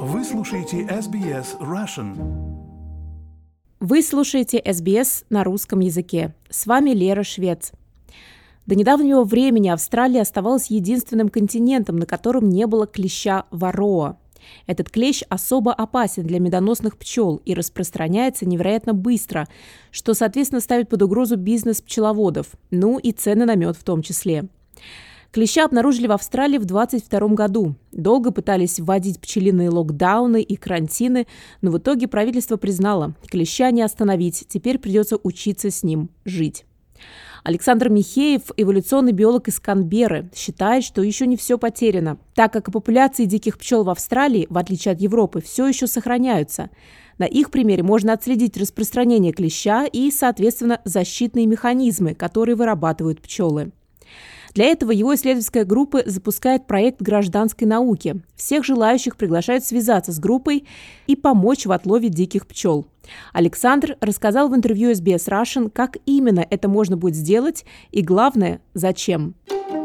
Вы слушаете SBS Russian. Вы слушаете SBS на русском языке. С вами Лера Швец. До недавнего времени Австралия оставалась единственным континентом, на котором не было клеща вароа. Этот клещ особо опасен для медоносных пчел и распространяется невероятно быстро, что, соответственно, ставит под угрозу бизнес пчеловодов, ну и цены на мед в том числе. Клеща обнаружили в Австралии в 2022 году. Долго пытались вводить пчелиные локдауны и карантины, но в итоге правительство признало, клеща не остановить, теперь придется учиться с ним жить. Александр Михеев, эволюционный биолог из Канберры, считает, что еще не все потеряно, так как популяции диких пчел в Австралии, в отличие от Европы, все еще сохраняются. На их примере можно отследить распространение клеща и, соответственно, защитные механизмы, которые вырабатывают пчелы. Для этого его исследовательская группа запускает проект гражданской науки. Всех желающих приглашают связаться с группой и помочь в отлове диких пчел. Александр рассказал в интервью SBS Russian, как именно это можно будет сделать и, главное, зачем.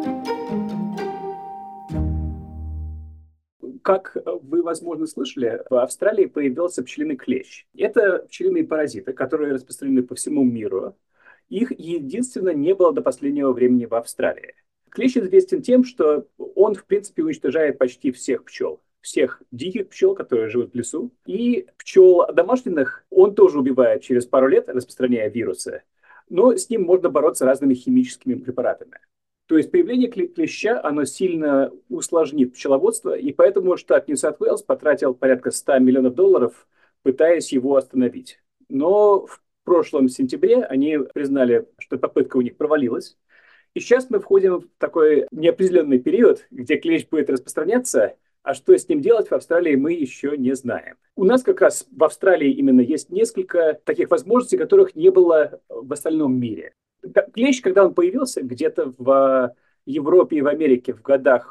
Как вы, возможно, слышали, в Австралии появился пчелиный клещ. Это пчелиные паразиты, которые распространены по всему миру. Их единственно не было до последнего времени в Австралии. Клещ известен тем, что он, в принципе, уничтожает почти всех пчел. Всех диких пчел, которые живут в лесу. И пчел домашних он тоже убивает через пару лет, распространяя вирусы. Но с ним можно бороться разными химическими препаратами. То есть появление клеща, оно сильно усложнит пчеловодство, и поэтому штат Нью-Саут-Уэллс потратил порядка $100 миллионов, пытаясь его остановить. Но в прошлом сентябре они признали, что попытка у них провалилась. И сейчас мы входим в такой неопределенный период, где клещ будет распространяться, а что с ним делать в Австралии мы еще не знаем. У нас как раз в Австралии именно есть несколько таких возможностей, которых не было в остальном мире. Клещ, когда он появился где-то в Европе и в Америке в годах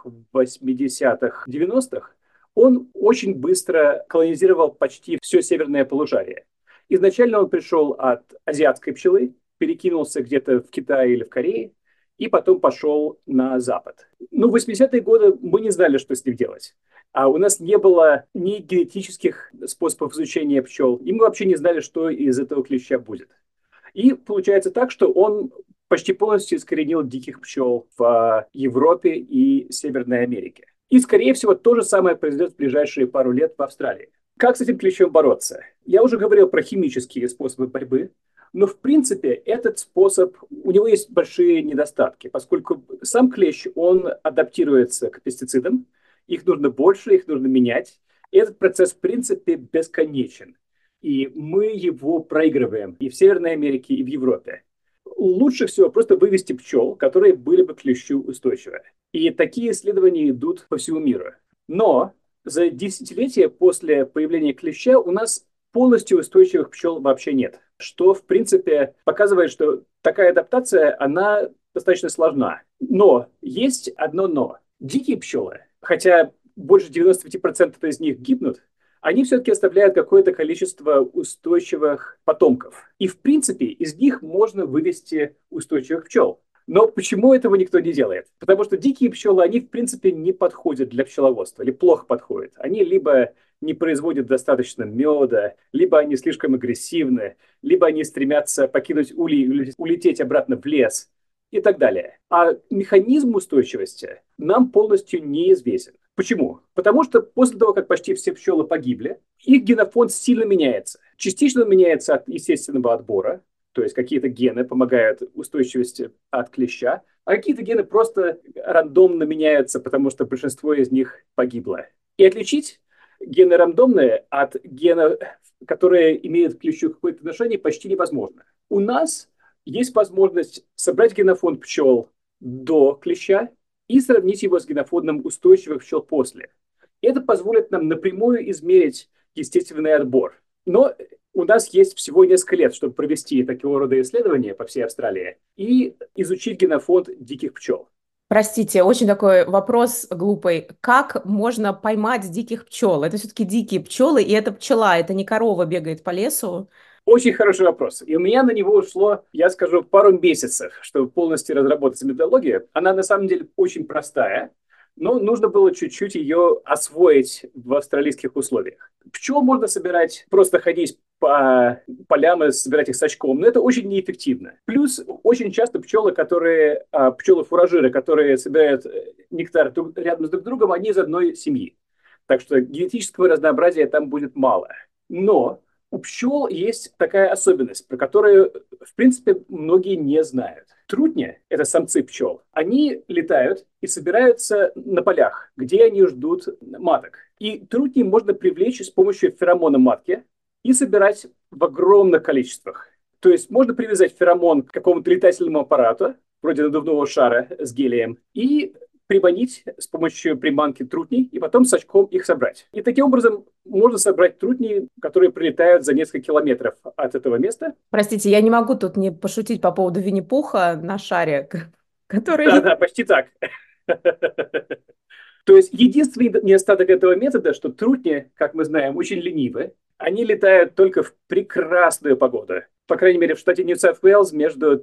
80-х, 90-х, он очень быстро колонизировал почти все северное полушарие. Изначально он пришел от азиатской пчелы, перекинулся где-то в Китае или в Корее, и потом пошел на запад. Но в 80-е годы мы не знали, что с ним делать. А у нас не было ни генетических способов изучения пчел, и мы вообще не знали, что из этого клеща будет. И получается так, что он почти полностью искоренил диких пчел в Европе и Северной Америке. И, скорее всего, то же самое произойдет в ближайшие пару лет в Австралии. Как с этим клещом бороться? Я уже говорил про химические способы борьбы, но в принципе этот способ, у него есть большие недостатки, поскольку сам клещ, он адаптируется к пестицидам, их нужно больше, их нужно менять, и этот процесс в принципе бесконечен, и мы его проигрываем и в Северной Америке, и в Европе. Лучше всего просто вывести пчел, которые были бы к клещу устойчивы. И такие исследования идут по всему миру. Но за десятилетия после появления клеща у нас полностью устойчивых пчел вообще нет. Что, в принципе, показывает, что такая адаптация, она достаточно сложна. Но есть одно но. Дикие пчелы, хотя больше 95% из них гибнут, они все-таки оставляют какое-то количество устойчивых потомков. И, в принципе, из них можно вывести устойчивых пчел. Но почему этого никто не делает? Потому что дикие пчелы, они, в принципе, не подходят для пчеловодства или плохо подходят. Они либо не производят достаточно меда, либо они слишком агрессивны, либо они стремятся покинуть улей и улететь обратно в лес и так далее. А механизм устойчивости нам полностью неизвестен. Почему? Потому что после того, как почти все пчелы погибли, их генофонд сильно меняется. Частично он меняется от естественного отбора, то есть какие-то гены помогают устойчивости от клеща, а какие-то гены просто рандомно меняются, потому что большинство из них погибло. И отличить гены рандомные от генов, которые имеют к клещу какое-то отношение, почти невозможно. У нас есть возможность собрать генофонд пчел до клеща и сравнить его с генофондом устойчивых пчел после. Это позволит нам напрямую измерить естественный отбор. Но у нас есть всего несколько лет, чтобы провести такого рода исследования по всей Австралии и изучить генофонд диких пчел. Простите, очень такой вопрос глупый. Как можно поймать диких пчел? Это все-таки дикие пчелы, и это пчела, это не корова бегает по лесу. Очень хороший вопрос. И у меня на него ушло, я скажу, пару месяцев, чтобы полностью разработать методологию. Она на самом деле очень простая. Но нужно было чуть-чуть ее освоить в австралийских условиях. Пчел можно собирать, просто ходить по полям и собирать их с очком, но это очень неэффективно. Плюс очень часто пчелы-фуражиры, которые собирают нектар рядом с друг другом, они из одной семьи. Так что генетического разнообразия там будет мало. Но у пчел есть такая особенность, про которую, в принципе, многие не знают. Трутни, это самцы пчел, они летают и собираются на полях, где они ждут маток. И трутни можно привлечь с помощью феромона матки и собирать в огромных количествах. То есть можно привязать феромон к какому-то летательному аппарату, вроде надувного шара с гелием, и приманить с помощью приманки трутней и потом с очком их собрать. И таким образом можно собрать трутни, которые прилетают за несколько километров от этого места. Простите, я не могу тут не пошутить по поводу Винни-Пуха на шаре, который... Да-да, почти так. То есть единственный недостаток этого метода, что трутни, как мы знаем, очень ленивы. Они летают только в прекрасную погоду. По крайней мере, в штате Нью-Саут-Уэллс между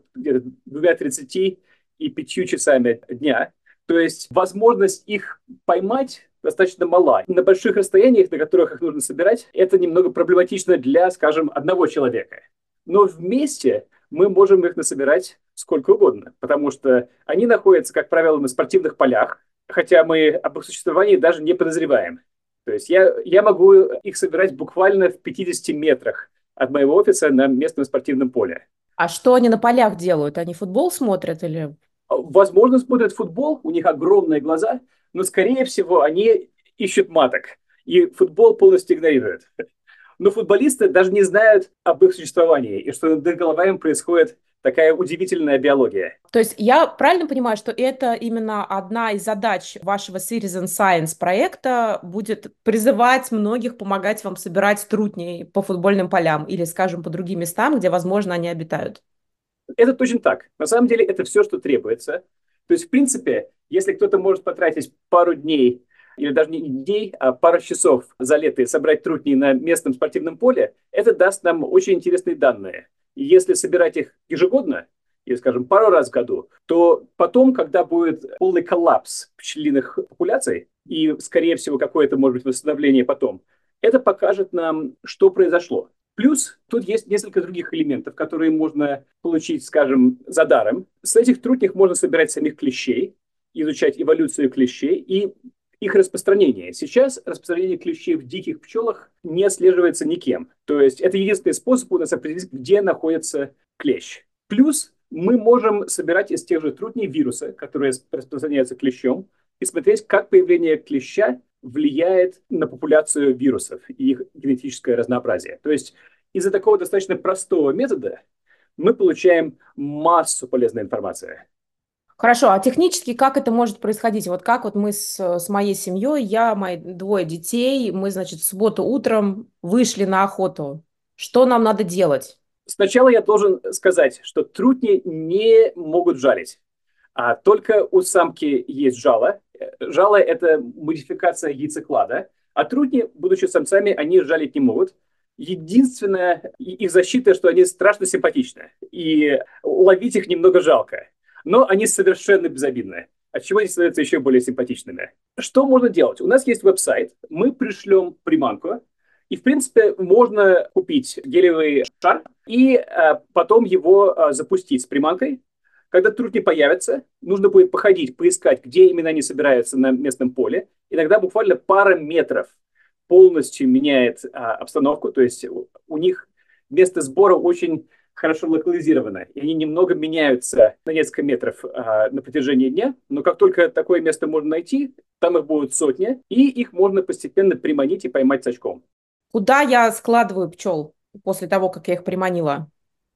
2:30 и 5 часами дня. То есть возможность их поймать достаточно мала. На больших расстояниях, на которых их нужно собирать, это немного проблематично для, скажем, одного человека. Но вместе мы можем их насобирать сколько угодно, потому что они находятся, как правило, на спортивных полях, хотя мы об их существовании даже не подозреваем. То есть я могу их собирать буквально в 50 метрах от моего офиса на местном спортивном поле. А что они на полях делают? Они футбол смотрят или... Возможно, смотрят футбол, у них огромные глаза, но, скорее всего, они ищут маток, и футбол полностью игнорируют. Но футболисты даже не знают об их существовании, и что над их головами происходит такая удивительная биология. То есть я правильно понимаю, что это именно одна из задач вашего Citizen Science проекта будет призывать многих помогать вам собирать трутней по футбольным полям или, скажем, по другим местам, где, возможно, они обитают? Это точно так. На самом деле это все, что требуется. То есть, в принципе, если кто-то может потратить пару дней или даже не дней, а пару часов за лето и собрать трутни на местном спортивном поле, это даст нам очень интересные данные. И если собирать их ежегодно, или, скажем, пару раз в году, то потом, когда будет полный коллапс пчелиных популяций, и, скорее всего, какое-то, может быть, восстановление потом, это покажет нам, что произошло. Плюс тут есть несколько других элементов, которые можно получить, скажем, за даром. С этих трутней можно собирать самих клещей, изучать эволюцию клещей и их распространение. Сейчас распространение клещей в диких пчелах не отслеживается никем. То есть это единственный способ у нас определить, где находится клещ. Плюс мы можем собирать из тех же трутней вирусы, которые распространяются клещом, и смотреть, как появление клеща влияет на популяцию вирусов и их генетическое разнообразие. То есть из-за такого достаточно простого метода мы получаем массу полезной информации. Хорошо, а технически как это может происходить? Вот как вот мы с моей семьей, я, мои двое детей, мы, значит, в субботу утром вышли на охоту. Что нам надо делать? Сначала я должен сказать, что трутни не могут жалить, а только у самки есть жало. Жало – это модификация яйцеклада, а трутни, будучи самцами, они жалить не могут. Единственное их защита, что они страшно симпатичны, и ловить их немного жалко. Но они совершенно безобидны, отчего они становятся еще более симпатичными. Что можно делать? У нас есть веб-сайт, мы пришлем приманку, и, в принципе, можно купить гелевый шар и потом его запустить с приманкой. Когда трутни появятся, нужно будет походить, поискать, где именно они собираются на местном поле. Иногда буквально пара метров полностью меняет обстановку, то есть у них место сбора очень хорошо локализировано, и они немного меняются на несколько метров на протяжении дня, но как только такое место можно найти, там их будут сотни, и их можно постепенно приманить и поймать с очком. Куда я складываю пчел после того, как я их приманила?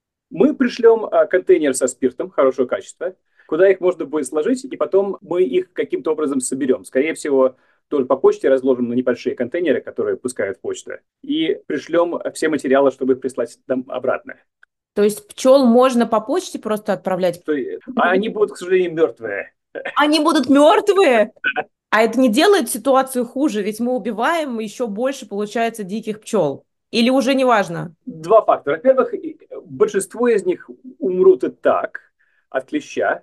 Мы пришлем контейнер со спиртом хорошего качества, куда их можно будет сложить, и потом мы их каким-то образом соберем. Скорее всего, тоже по почте разложим на небольшие контейнеры, которые пускают почту, и пришлем все материалы, чтобы их прислать нам обратно. То есть пчел можно по почте просто отправлять? А они будут, к сожалению, мертвые. Они будут мертвые? А это не делает ситуацию хуже, ведь мы убиваем еще больше, получается, диких пчел. Или уже не важно? Два фактора. Во-первых, большинство из них умрут и так от клеща,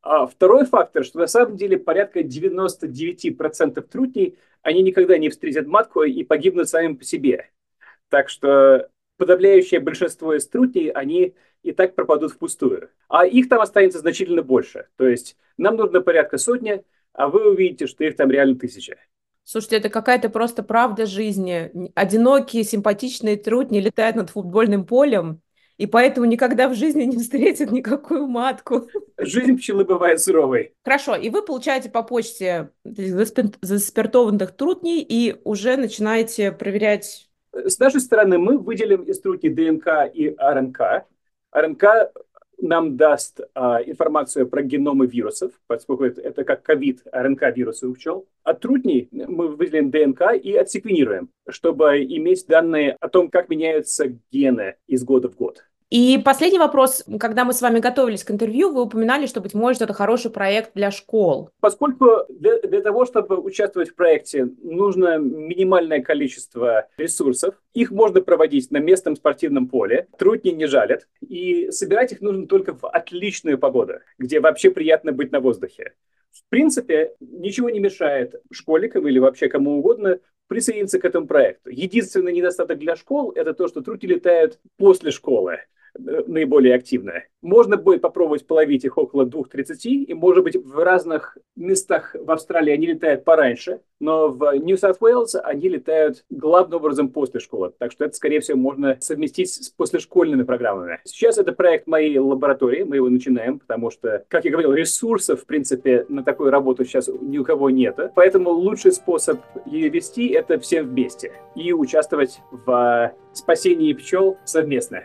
А второй фактор, что на самом деле порядка 99% трутней, они никогда не встретят матку и погибнут сами по себе. Так что подавляющее большинство из трутней, они и так пропадут впустую. А их там останется значительно больше. То есть нам нужно порядка сотни, а вы увидите, что их там реально 1000. Слушайте, это какая-то просто правда жизни. Одинокие, симпатичные трутни летают над футбольным полем, и поэтому никогда в жизни не встретят никакую матку. Жизнь пчелы бывает суровой. Хорошо, и вы получаете по почте этих заспиртованных трутней и уже начинаете проверять. С нашей стороны мы выделим из трутней ДНК и РНК. РНК нам даст информацию про геномы вирусов, поскольку это как ковид, РНК-вирусы у пчел. От трутней мы выделим ДНК и отсеквенируем, чтобы иметь данные о том, как меняются гены из года в год. И последний вопрос. Когда мы с вами готовились к интервью, вы упоминали, что, быть может, это хороший проект для школ. Поскольку для того, чтобы участвовать в проекте, нужно минимальное количество ресурсов, их можно проводить на местном спортивном поле, трутни не жалят, и собирать их нужно только в отличную погоду, где вообще приятно быть на воздухе. В принципе, ничего не мешает школьникам или вообще кому угодно присоединиться к этому проекту. Единственный недостаток для школ – это то, что трутни летают после школы наиболее активно. Можно будет попробовать половить их около 2:30, и, может быть, в разных местах в Австралии они летают пораньше, но в Нью-Саут-Уэльс они летают главным образом после школы. Так что это, скорее всего, можно совместить с послешкольными программами. Сейчас это проект моей лаборатории, мы его начинаем, потому что, как я говорил, ресурсов, в принципе, на такую работу сейчас ни у кого нет. Поэтому лучший способ ее вести – это всем вместе и участвовать в спасении пчел совместно.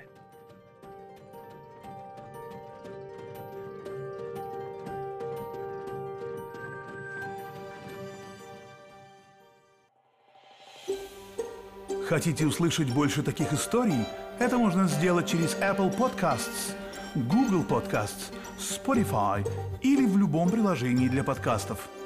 Хотите услышать больше таких историй? Это можно сделать через Apple Podcasts, Google Podcasts, Spotify или в любом приложении для подкастов.